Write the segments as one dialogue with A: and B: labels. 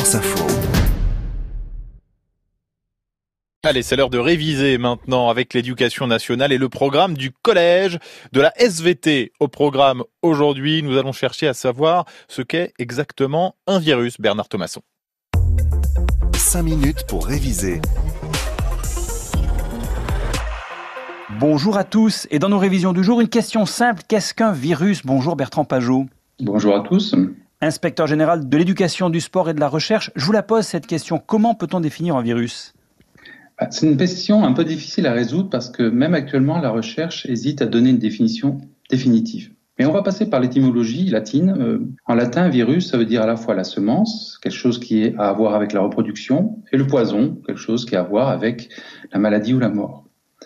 A: France Info.
B: Allez, c'est l'heure de réviser maintenant avec l'éducation nationale et le programme du collège de la SVT. Au programme aujourd'hui, nous allons chercher à savoir ce qu'est exactement un virus. Bernard Thomasson.
A: 5 minutes pour réviser.
C: Bonjour à tous, et dans nos révisions du jour, une question simple, qu'est-ce qu'un virus ? Bonjour Bertrand Pajot.
D: Bonjour à tous.
C: Inspecteur général de l'éducation, du sport et de la recherche, je vous la pose cette question, comment peut-on définir un virus ?
D: C'est une question un peu difficile à résoudre parce que même actuellement, la recherche hésite à donner une définition définitive. Mais on va passer par l'étymologie latine. En latin, virus, ça veut dire à la fois la semence, quelque chose qui est à voir avec la reproduction, et le poison, quelque chose qui est à voir avec la maladie ou la mort.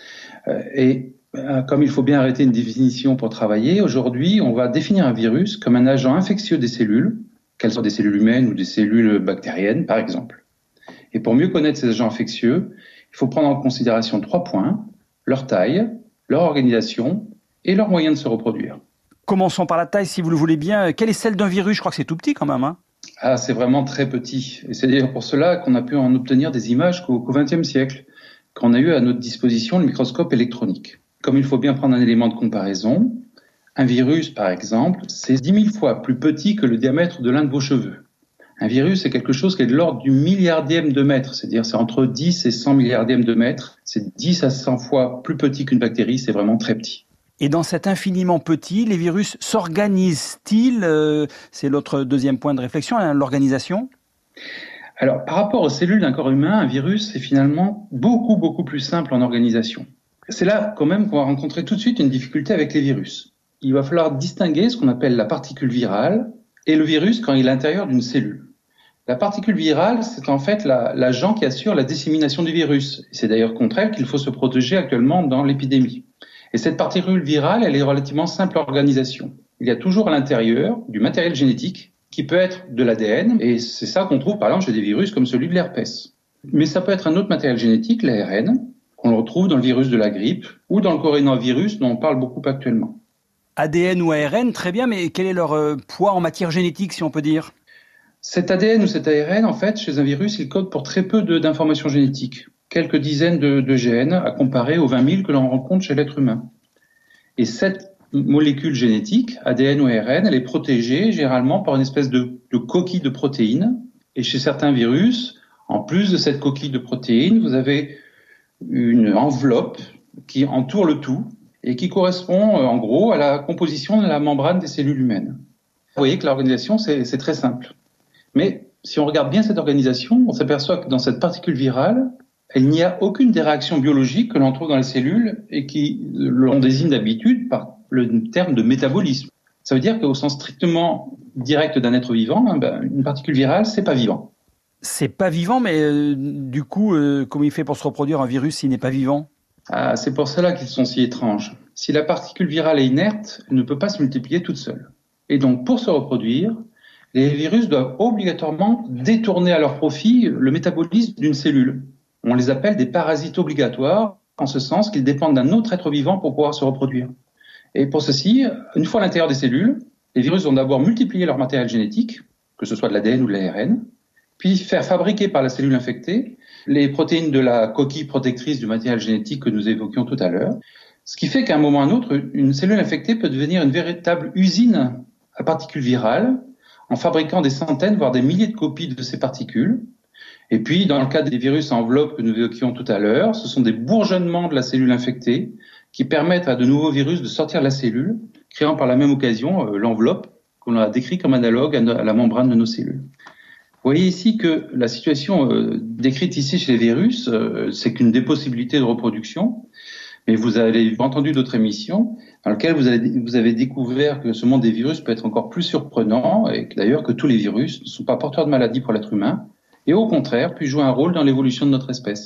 D: Comme il faut bien arrêter une définition pour travailler, aujourd'hui, on va définir un virus comme un agent infectieux des cellules, qu'elles soient des cellules humaines ou des cellules bactériennes, par exemple. Et pour mieux connaître ces agents infectieux, il faut prendre en considération 3 points, leur taille, leur organisation et leurs moyens de se reproduire.
C: Commençons par la taille, si vous le voulez bien. Quelle est celle d'un virus ? Je crois que c'est tout petit quand même.
D: C'est vraiment très petit. Et c'est d'ailleurs pour cela qu'on a pu en obtenir des images qu'au XXe siècle, quand on a eu à notre disposition le microscope électronique. Comme il faut bien prendre un élément de comparaison, un virus, par exemple, c'est 10 000 fois plus petit que le diamètre de l'un de vos cheveux. Un virus, c'est quelque chose qui est de l'ordre du milliardième de mètre, c'est-à-dire c'est entre 10 et 100 milliardièmes de mètre. C'est 10 à 100 fois plus petit qu'une bactérie, c'est vraiment très petit.
C: Et dans cet infiniment petit, les virus s'organisent-ils ? C'est notre deuxième point de réflexion, l'organisation.
D: Alors, par rapport aux cellules d'un corps humain, un virus est finalement beaucoup plus simple en organisation. C'est là quand même qu'on va rencontrer tout de suite une difficulté avec les virus. Il va falloir distinguer ce qu'on appelle la particule virale et le virus quand il est à l'intérieur d'une cellule. La particule virale, c'est en fait l'agent qui assure la dissémination du virus. C'est d'ailleurs contre elle qu'il faut se protéger actuellement dans l'épidémie. Et cette particule virale, elle est relativement simple organisation. Il y a toujours à l'intérieur du matériel génétique qui peut être de l'ADN, et c'est ça qu'on trouve par exemple chez des virus comme celui de l'herpès. Mais ça peut être un autre matériel génétique, l'ARN, qu'on retrouve dans le virus de la grippe ou dans le coronavirus dont on parle beaucoup actuellement.
C: ADN ou ARN, très bien, mais quel est leur poids en matière génétique, si on peut dire ?
D: Cet ADN ou cet ARN, en fait, chez un virus, il code pour très peu d'informations génétiques. Quelques dizaines de gènes à comparer aux 20 000 que l'on rencontre chez l'être humain. Et cette molécule génétique, ADN ou ARN, elle est protégée généralement par une espèce de coquille de protéines. Et chez certains virus, en plus de cette coquille de protéines, vous avez une enveloppe qui entoure le tout et qui correspond en gros à la composition de la membrane des cellules humaines. Vous voyez que l'organisation, c'est très simple. Mais si on regarde bien cette organisation, on s'aperçoit que dans cette particule virale, il n'y a aucune des réactions biologiques que l'on trouve dans les cellules et qui l'on désigne d'habitude par le terme de métabolisme. Ça veut dire qu'au sens strictement direct d'un être vivant, une particule virale, c'est pas vivant.
C: C'est pas vivant, mais du coup, comment il fait pour se reproduire un virus s'il n'est pas vivant ?
D: C'est pour cela qu'ils sont si étranges. Si la particule virale est inerte, elle ne peut pas se multiplier toute seule. Et donc, pour se reproduire, les virus doivent obligatoirement détourner à leur profit le métabolisme d'une cellule. On les appelle des parasites obligatoires, en ce sens qu'ils dépendent d'un autre être vivant pour pouvoir se reproduire. Et pour ceci, une fois à l'intérieur des cellules, les virus vont d'abord multiplier leur matériel génétique, que ce soit de l'ADN ou de l'ARN, puis faire fabriquer par la cellule infectée les protéines de la coquille protectrice du matériel génétique que nous évoquions tout à l'heure. Ce qui fait qu'à un moment ou à un autre, une cellule infectée peut devenir une véritable usine à particules virales en fabriquant des centaines, voire des milliers de copies de ces particules. Et puis, dans le cas des virus à enveloppe que nous évoquions tout à l'heure, ce sont des bourgeonnements de la cellule infectée qui permettent à de nouveaux virus de sortir de la cellule, créant par la même occasion l'enveloppe qu'on a décrit comme analogue à la membrane de nos cellules. Vous voyez ici que la situation décrite ici chez les virus, c'est qu'une des possibilités de reproduction. Mais vous avez entendu d'autres émissions dans lesquelles vous avez découvert que ce monde des virus peut être encore plus surprenant et d'ailleurs que tous les virus ne sont pas porteurs de maladies pour l'être humain et au contraire puis jouer un rôle dans l'évolution de notre espèce.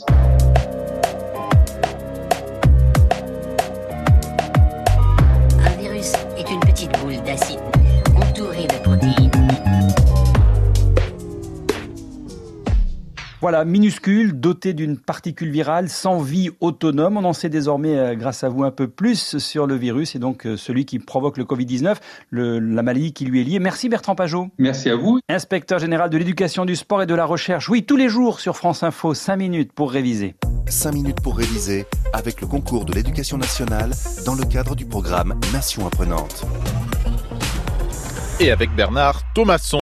E: Un virus est une petite boule d'acide entourée de protéines.
C: Voilà, minuscule, doté d'une particule virale, sans vie autonome. On en sait désormais, grâce à vous, un peu plus sur le virus et donc celui qui provoque le Covid-19, la maladie qui lui est liée. Merci Bertrand Pajot.
D: Merci à vous.
C: Inspecteur général de l'éducation, du sport et de la recherche. Oui, tous les jours sur France Info, 5 minutes pour réviser.
A: 5 minutes pour réviser avec le concours de l'éducation nationale dans le cadre du programme Nation apprenante.
B: Et avec Bernard Thomasson.